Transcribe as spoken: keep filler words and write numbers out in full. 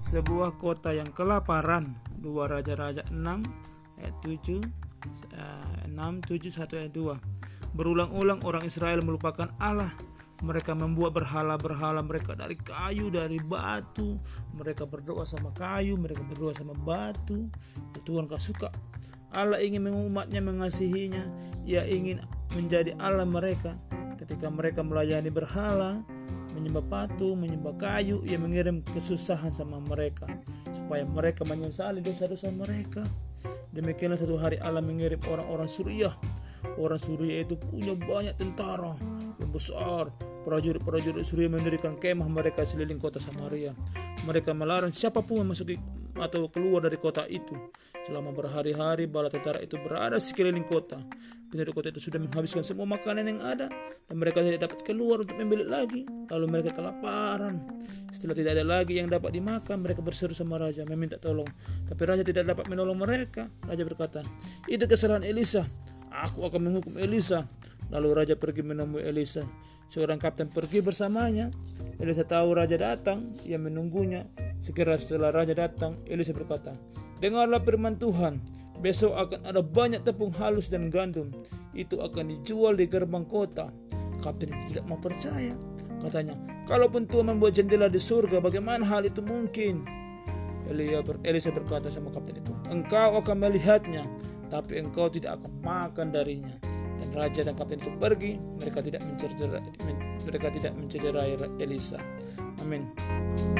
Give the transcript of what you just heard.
sebuah kota yang kelaparan. Dua Raja-Raja enam ayat tujuh, enam, tujuh, satu ayat dua. Berulang-ulang orang Israel melupakan Allah. Mereka membuat berhala-berhala mereka dari kayu, dari batu. Mereka berdoa sama kayu, mereka berdoa sama batu. Tuhan gak suka. Allah ingin umatnya mengasihinya. Ia ingin menjadi Allah mereka. Ketika mereka melayani berhala, menyembah batu, menyembah kayu, Ia mengirim kesusahan sama mereka supaya mereka menyesali dosa-dosa mereka. Demikianlah satu hari Allah mengirim orang-orang Suriah. Orang Suriah itu punya banyak tentara yang besar. Prajurit-prajurit Suriah mendirikan kemah mereka seliling kota Samaria. Mereka melarang siapapun memasuki atau keluar dari kota itu. Selama berhari-hari bala tentara itu berada di sekeliling kota. Penduduk kota itu sudah menghabiskan semua makanan yang ada dan mereka tidak dapat keluar untuk membeli lagi. Lalu mereka kelaparan. Setelah tidak ada lagi yang dapat dimakan, mereka berseru sama raja meminta tolong. Tapi raja tidak dapat menolong mereka. Raja berkata, "Itu kesalahan Elisa. Aku akan menghukum Elisa." Lalu raja pergi menemui Elisa. Seorang kapten pergi bersamanya. Elisa tahu raja datang, ia menunggunya. Segera setelah raja datang, Elisa berkata, "Dengarlah firman Tuhan. Besok akan ada banyak tepung halus dan gandum. Itu akan dijual di gerbang kota." Kapten itu tidak mau percaya. Katanya, "Kalaupun Tuhan membuat jendela di surga, bagaimana hal itu mungkin?" Elisa berkata sama kapten itu, "Engkau akan melihatnya, tapi engkau tidak akan makan darinya." Dan raja dan kapten itu pergi. Mereka tidak mencederai, mereka tidak mencederai Elisa. Amin.